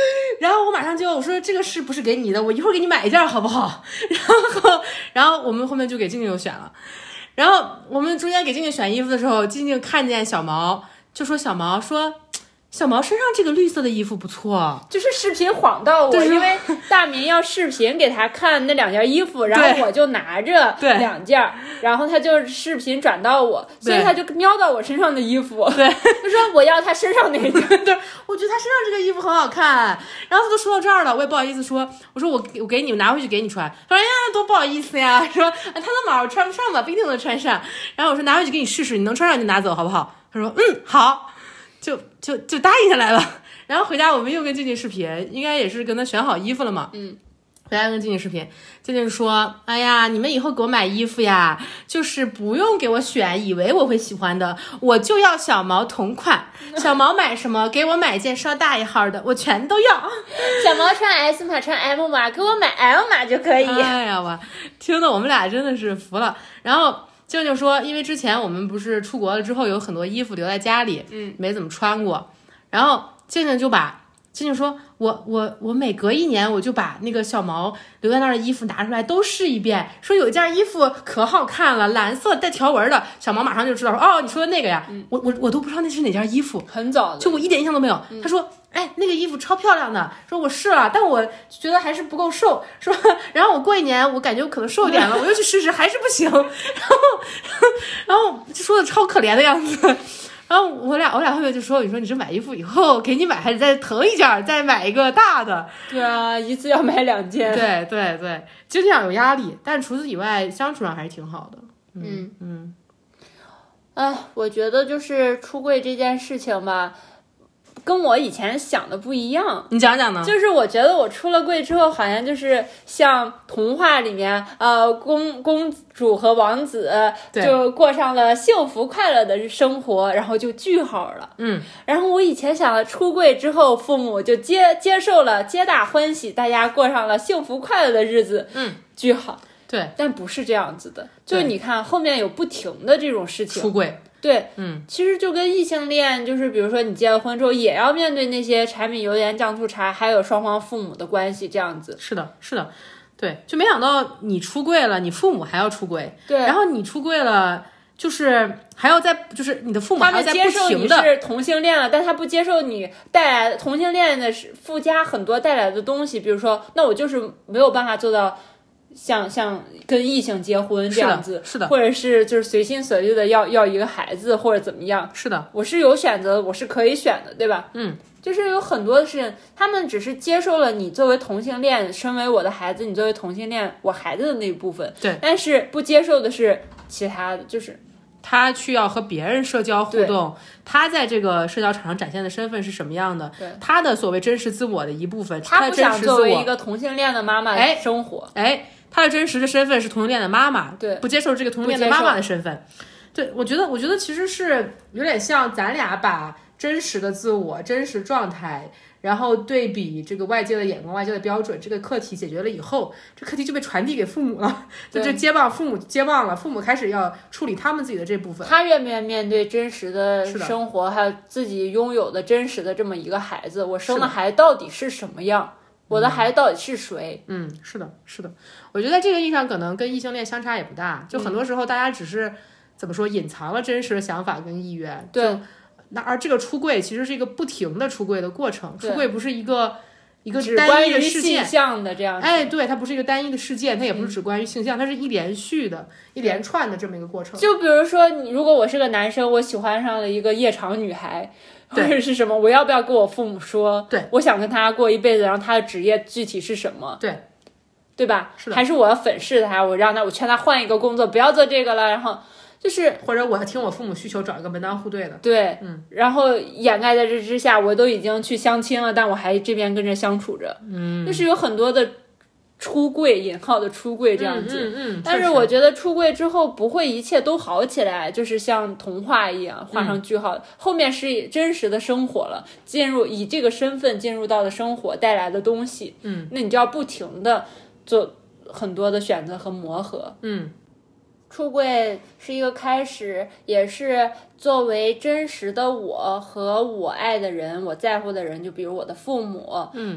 然后我马上就我说这个是不是给你的？我一会儿给你买一件好不好？然后然后我们后面就给静静就选了。然后我们中间给静静选衣服的时候，静静看见小毛就说小毛说。小毛身上这个绿色的衣服不错， 就是视频晃到我，因为大明要视频给他看那两件衣服，然后我就拿着两件，然后他就视频转到我，所以他就瞄到我身上的衣服， 对， 就说我要他身上那件， 对，我觉得他身上这个衣服很好看，然后他都说到这儿了，我也不好意思说，我说我我给你拿回去给你穿，他说哎呀多不好意思呀，说啊他的码我穿不上吧，不一定能穿上，然后我说拿回去给你试试，你能穿上就拿走好不好？他说嗯好。就就就答应下来了，然后回家我们又跟静静视频，应该也是跟他选好衣服了嘛。 嗯， 回家跟静静视频，静静说：“哎呀，你们以后给我买衣服呀，就是不用给我选，以为我会喜欢的，我就要小毛同款。小毛买什么，给我买件稍大一号的，我全都要。 小毛穿 S 码，穿 M 码，给我买 L 码就可以。” 哎呀，我听得我们俩真的是服了。然后。静静说，因为之前我们不是出国了之后有很多衣服留在家里， 嗯， 没怎么穿过，然后静静就把静静说，我我我每隔一年我就把那个小毛留在那儿的衣服拿出来都试一遍，说有一件衣服可好看了，蓝色带条纹的，小毛马上就知道说，哦，你说的那个呀， 嗯、 我我我都不知道那是哪件衣服， 很早的， 就我一点印象都没有。嗯、他说。哎，那个衣服超漂亮的，说我试了，但我觉得还是不够瘦，说，然后我过一年我感觉我可能瘦一点了，我又去试试，还是不行，然后，然后就说的超可怜的样子，然后我俩我俩后面就说，你说你这买衣服以后给你买还得再腾一件，再买一个大的， 对啊，一次要买两件， 对对对，经常有压力，但除此以外相处上还是挺好的， 嗯嗯， 哎，我觉得就是出柜这件事情吧。跟我以前想的不一样， 你讲讲呢？ 就是我觉得我出了柜之后，好像就是像童话里面，呃，公公主和王子就过上了幸福快乐的生活，然后就句号了。 嗯， 然后我以前想的出柜之后，父母就接接受了，皆大欢喜，大家过上了幸福快乐的日子。 嗯， 句号。 对， 但不是这样子的，就是你看后面有不停的这种事情， 出柜。 对， 嗯， 其实就跟异性恋，就是比如说你结了婚之后，也要面对那些柴米油盐酱醋茶，还有双方父母的关系，这样子。 是的，是的，对，就没想到你出柜了，你父母还要出柜， 对， 然后你出柜了，就是还要在，就是你的父母还要在不停的， 他们接受你是同性恋了，但他不接受你带来同性恋的附加很多带来的东西，比如说，那我就是没有办法做到。像像跟异性结婚这样子， 是的，是的， 或者是就是随心所欲的要要一个孩子或者怎么样， 是的， 我是有选择，我是可以选的，对吧？ 嗯， 就是有很多的事情，他们只是接受了你作为同性恋，身为我的孩子，你作为同性恋我孩子的那一部分， 对， 但是不接受的是其他的，就是他去要和别人社交互动，他在这个社交场上展现的身份是什么样的？他的所谓真实自我的一部分， 他不想作为一个同性恋的妈妈生活， 哎。哎他的真实的身份是同性恋的妈妈， 对， 不接受这个同性恋的妈妈的身份。对，我觉得，我觉得其实是有点像咱俩把真实的自我、真实状态，然后对比这个外界的眼光、外界的标准，这个课题解决了以后，这课题就被传递给父母了，就这接棒，父母接棒了，父母开始要处理他们自己的这部分。 他愿不愿意面对真实的生活，还有自己拥有的真实的这么一个孩子？我生的孩子到底是什么样？我的孩子到底是谁？ 嗯，是的，是的，我觉得在这个意义上可能跟异性恋相差也不大，就很多时候大家只是、嗯、怎么说隐藏了真实的想法跟意愿。 对， 那而这个出柜其实是一个不停的出柜的过程，出柜不是一个一个只单一的事件， 性向的这样。 哎，对，它不是一个单一的事件，它也不是只关于性向，嗯、它是一连续的、一连串的这么一个过程。 就比如说，你如果我是个男生，我喜欢上了一个夜场女孩。或者是什么？我要不要跟我父母说？ 对， 我想跟他过一辈子，然后他的职业具体是什么？ 对， 对吧？ 是的。 还是我要粉饰他，我让他，我劝他换一个工作，不要做这个了。然后就是， 或者我听我父母需求，找一个门当户对的。 对， 嗯。 然后掩盖在这之下，我都已经去相亲了，但我还这边跟着相处着。 嗯， 就是有很多的。出柜引号的出柜这样子， 嗯嗯嗯、 但是我觉得出柜之后不会一切都好起来，就是像童话一样画上句号、嗯、后面是真实的生活了，进入以这个身份进入到的生活带来的东西， 嗯， 那你就要不停的做很多的选择和磨合。 嗯， 出柜是一个开始，也是作为真实的我和我爱的人，我在乎的人，就比如我的父母， 嗯，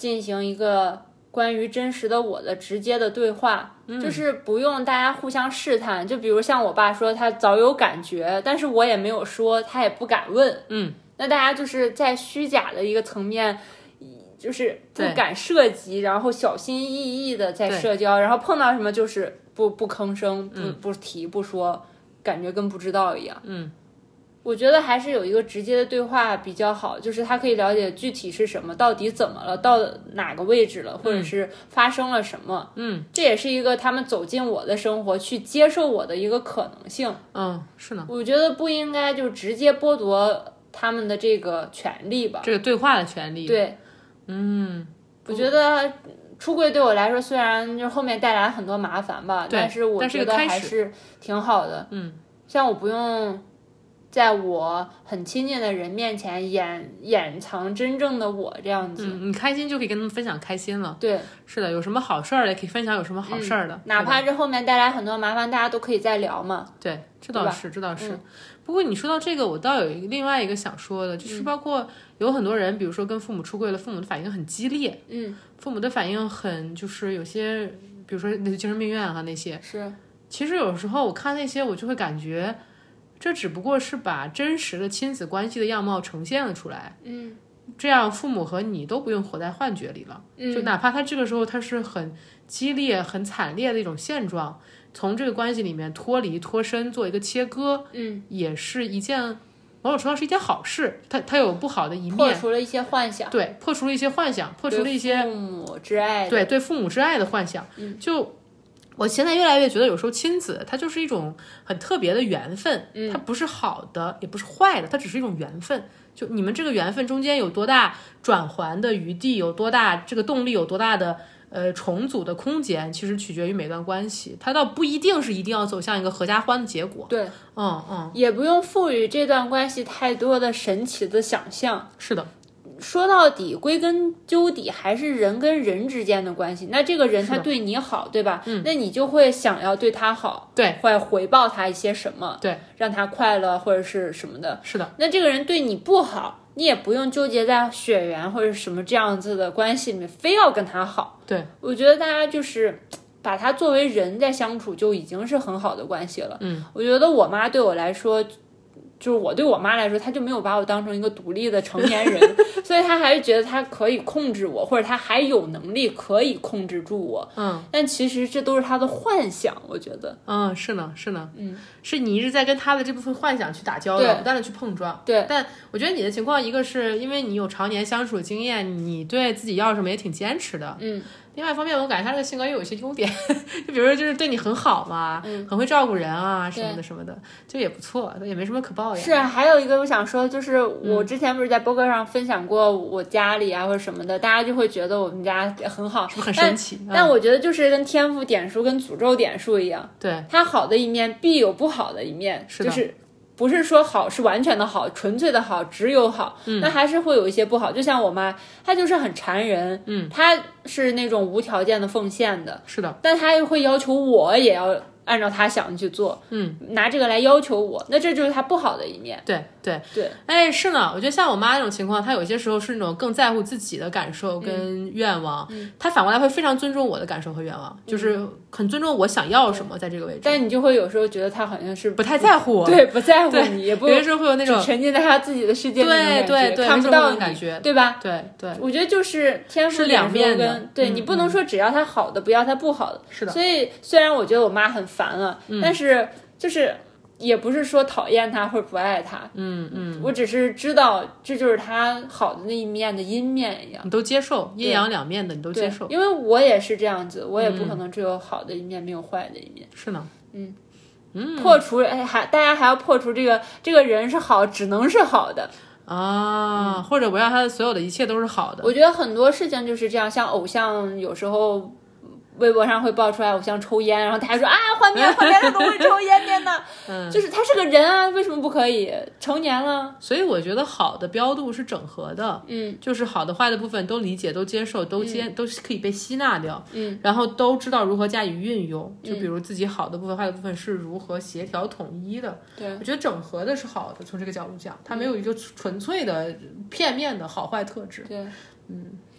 进行一个关于真实的我的直接的对话，嗯、就是不用大家互相试探。就比如像我爸说他早有感觉，但是我也没有说，他也不敢问。 嗯， 那大家就是在虚假的一个层面，就是不敢涉及，然后小心翼翼的在社交，然后碰到什么就是不不吭声，不、嗯、不提不说，感觉跟不知道一样。 嗯。 我觉得还是有一个直接的对话比较好，就是他可以了解具体是什么，到底怎么了，到哪个位置了，或者是发生了什么。 嗯， 这也是一个他们走进我的生活，去接受我的一个可能性。 嗯，是呢。 我觉得不应该就直接剥夺他们的这个权利吧， 这个对话的权利。 对， 嗯， 我觉得出柜对我来说，虽然就后面带来很多麻烦吧，但是我觉得还是挺好的。 嗯， 像我不用在我很亲近的人面前掩掩藏真正的我这样子。 嗯，你开心就可以跟他们分享开心了。 对， 是的，有什么好事儿也可以分享，有什么好事儿的、 嗯，哪怕这后面带来很多麻烦，大家都可以再聊嘛。 对，这倒是，这倒是。 嗯、 不过你说到这个，我倒有一个另外一个想说的，就是包括有很多人，比如说跟父母出柜了，父母的反应很激烈， 嗯， 父母的反应很就是有些，比如说那些精神病院啊那些， 是。 其实有时候我看那些，我就会感觉。这只不过是把真实的亲子关系的样貌呈现了出来， 嗯， 这样父母和你都不用活在幻觉里了， 嗯， 就哪怕他这个时候他是很激烈、很惨烈的一种现状，从这个关系里面脱离、脱身，做一个切割， 嗯， 也是一件某种程度上是一件好事。它它有不好的一面， 破除了一些幻想， 对，破除了一些幻想，破除了一些父母之爱， 对对父母之爱的幻想， 嗯， 就。我现在越来越觉得，有时候亲子它就是一种很特别的缘分， 嗯， 它不是好的，也不是坏的，它只是一种缘分。就你们这个缘分中间有多大转环的余地，有多大这个动力，有多大的呃重组的空间，其实取决于每段关系。它倒不一定是一定要走向一个合家欢的结果。 对， 嗯嗯， 也不用赋予这段关系太多的神奇的想象。 是的。 说到底，归根究底还是人跟人之间的关系。那这个人他对你好，对吧？ 嗯， 那你就会想要对他好， 对， 会回报他一些什么， 对， 让他快乐或者是什么的。 是的。 那这个人对你不好，你也不用纠结在血缘或者什么这样子的关系里面，非要跟他好。 对， 我觉得大家就是把他作为人在相处，就已经是很好的关系了。 嗯， 我觉得我妈对我来说。就是我对我妈来说，她就没有把我当成一个独立的成年人，所以她还是觉得她可以控制我，或者她还有能力可以控制住我。 嗯， 但其实这都是她的幻想，我觉得。 嗯，是呢，是呢， 嗯， 是你一直在跟她的这部分幻想去打交道，不断的去碰撞。 对， 但我觉得你的情况，一个是因为你有常年相处的经验，你对自己要什么也挺坚持的。 嗯。 另外一方面，我感觉他这个性格也有一些优点，就比如说就是对你很好嘛， 嗯， 很会照顾人啊什么的什么的，就也不错，也没什么可抱怨。 是啊，还有一个我想说，就是我之前不是在博客上分享过我家里啊或者什么的，大家就会觉得我们家很好， 是不是很神奇？ 但, 但我觉得就是跟天赋点数跟诅咒点数一样， 对， 它好的一面必有不好的一面， 是的， 就是不是说好是完全的好，纯粹的好，只有好， 嗯， 那还是会有一些不好。就像我妈，她就是很缠人， 嗯， 她是那种无条件的奉献的， 是的， 但她又会要求我也要按照她想的去做， 嗯， 拿这个来要求我，那这就是她不好的一面。 对对对， 哎，是呢，我觉得像我妈那种情况，她有些时候是那种更在乎自己的感受跟愿望， 嗯， 她反过来会非常尊重我的感受和愿望，嗯，就是很尊重我想要什么，在这个位置。 但你就会有时候觉得她好像是不太在乎我， 对，不在乎你，也不有些时候会有那种沉浸在她自己的世界里的对对对， 看不到你感觉， 对吧？ 对对， 我觉得就是天赋是两面的，对， 嗯， 你不能说只要他好的，不要他不好的。 是的。 所以虽然我觉得我妈很烦了， 嗯， 但是就是也不是说讨厌他或者不爱他， 嗯嗯， 我只是知道这就是他好的那一面的阴面一样， 你都接受，阴阳两面的你都接受。 因为我也是这样子，我也不可能只有好的一面，嗯，没有坏的一面。 是呢， 嗯嗯， 破除哎还大家还要破除这个这个人是好，只能是好的。 啊， 嗯， 或者不让他的所有的一切都是好的。 我觉得很多事情就是这样，像偶像有时候微博上会爆出来偶像抽烟，然后大家说啊，画面画面他怎么会抽烟烟呢？ 嗯， 就是他是个人啊，为什么不可以？成年了。 所以我觉得好的标度是整合的， 嗯， 就是好的坏的部分都理解、都接受、都接、嗯、都是可以被吸纳掉， 嗯， 然后都知道如何加以运用。 嗯， 就比如自己好的部分、坏的部分是如何协调统一的。 对， 我觉得整合的是好的，从这个角度讲，它没有一个纯粹的、片面的好坏特质。 对， 嗯。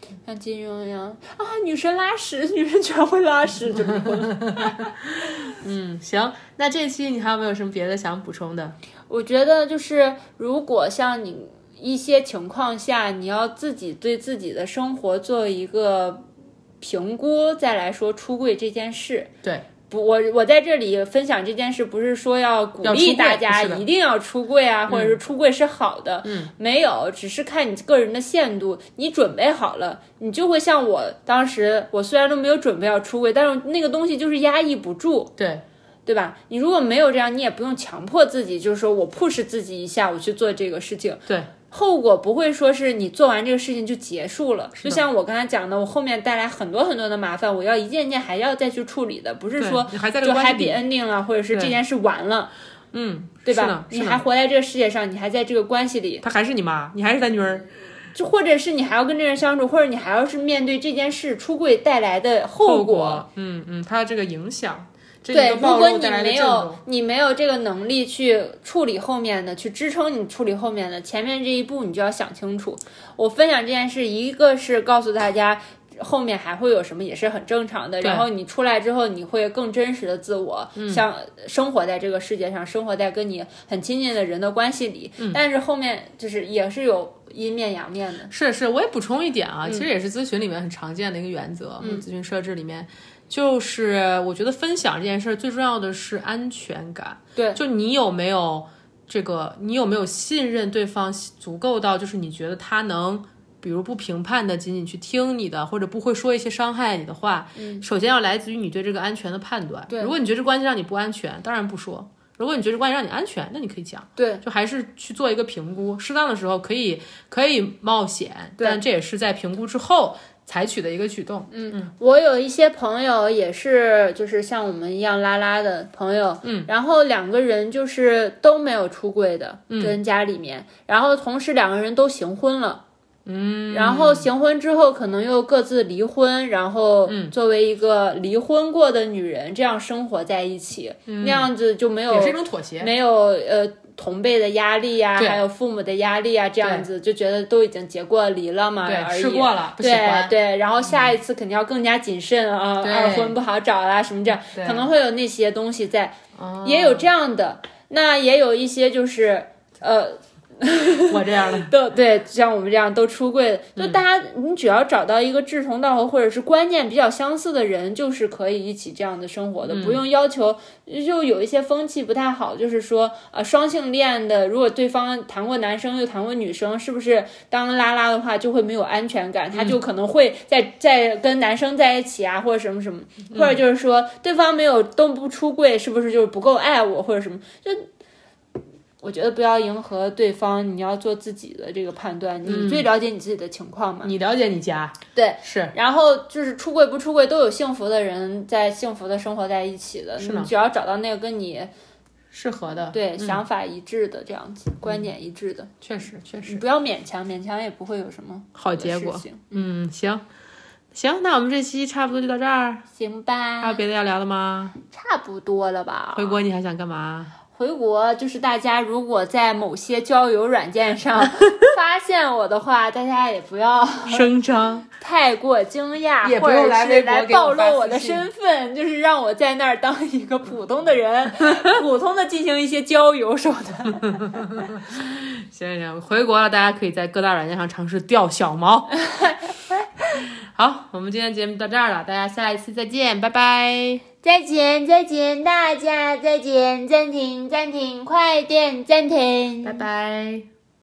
像金庸一样啊，女神拉屎，女人全会拉屎，就离婚了。 嗯，行，那这期你还有没有什么别的想补充的？ 我觉得就是如果像你一些情况下，你要自己对自己的生活做一个评估，再来说出柜这件事。 对。 不，我我在这里分享这件事，不是说要鼓励大家一定要出柜啊，或者是出柜是好的， 嗯， 没有，只是看你个人的限度。你准备好了，你就会像我当时，我虽然都没有准备要出柜，但是那个东西就是压抑不住， 对， 对吧？你如果没有这样，你也不用强迫自己，就是说我 push 自己一下，我去做这个事情， 对。 后果不会说是你做完这个事情就结束了，就像我刚才讲的，我后面带来很多很多的麻烦，我要一件件还要再去处理的，不是说你还在就 happy ending 了，或者是这件事完了， 嗯， 对吧？你还活在这个世界上，你还在这个关系里， 他还是你妈，你还是他女儿， 就或者是你还要跟这人相处，或者你还要是面对这件事出柜带来的后果， 嗯嗯，他这个影响。 对，如果你没有你没有这个能力去处理后面的，去支撑你处理后面的，前面这一步你就要想清楚。我分享这件事，一个是告诉大家后面还会有什么，也是很正常的。然后你出来之后，你会更真实的自我， 嗯、 像生活在这个世界上，生活在跟你很亲近的人的关系里。 嗯、 但是后面就是也是有阴面阳面的。 是是，我也补充一点啊， 嗯、 其实也是咨询里面很常见的一个原则，嗯、咨询设置里面。就是我觉得分享这件事最重要的是安全感， 对， 就你有没有这个，你有没有信任对方足够到，就是你觉得他能，比如不评判的仅仅去听你的，或者不会说一些伤害你的话， 嗯， 首先要来自于你对这个安全的判断。 对， 如果你觉得这关系让你不安全，当然不说；如果你觉得这关系让你安全，那你可以讲。 对， 就还是去做一个评估，适当的时候可以可以冒险，但这也是在评估之后采取的一个举动。 嗯嗯，我有一些朋友也是，就是像我们一样拉拉的朋友， 嗯， 然后两个人就是都没有出柜的， 嗯， 跟家里面，然后同时两个人都行婚了。 嗯， 然后行婚之后可能又各自离婚，然后作为一个离婚过的女人，这样生活在一起， 嗯、 那样子就没有也是一种妥协， 没有呃同辈的压力呀、啊，还有父母的压力啊，这样子就觉得都已经结过离了嘛， 对，试过了，不喜欢， 对对，然后下一次肯定要更加谨慎啊， 嗯、 二婚不好找啦，什么这样，可能会有那些东西在， 哦、 也有这样的，那也有一些就是呃。 我这样的都对，像我们这样都出柜的，就大家、嗯、你只要找到一个志同道合或者是观念比较相似的人，就是可以一起这样的生活的， 嗯、 不用要求。就有一些风气不太好，就是说呃双性恋的，如果对方谈过男生又谈过女生，是不是当拉拉的话就会没有安全感？他就可能会在在跟男生在一起啊，或者什么什么，或者就是说对方没有都不出柜，是不是就是不够爱我或者什么？就。我觉得不要迎合对方，你要做自己的这个判断，你最了解你自己的情况嘛。 你了解你家， 对， 是。 然后就是出柜不出柜都有幸福的人在幸福的生活在一起的， 是呢。 你只要找到那个跟你适合的， 对、 嗯、 想法一致的这样子，嗯、观点一致的， 确实确实。 你不要勉强，勉强也不会有什么好结果。嗯，行。行，那我们这期差不多就到这儿， 行吧？ 还有别的要聊的吗？ 差不多了吧。 回国你还想干嘛？ 回国就是大家如果在某些交友软件上发现我的话，大家也不要声张太过惊讶， 也不用来微博或者是来暴露我的身份，就是让我在那儿当一个普通的人，普通的进行一些交友手段。 行行，回国了，大家可以在各大软件上尝试钓小毛。好，我们今天节目到这儿了，大家下一次再见，拜拜。 再见，再见，大家再见，暂停，暂停，快点暂停， 拜拜。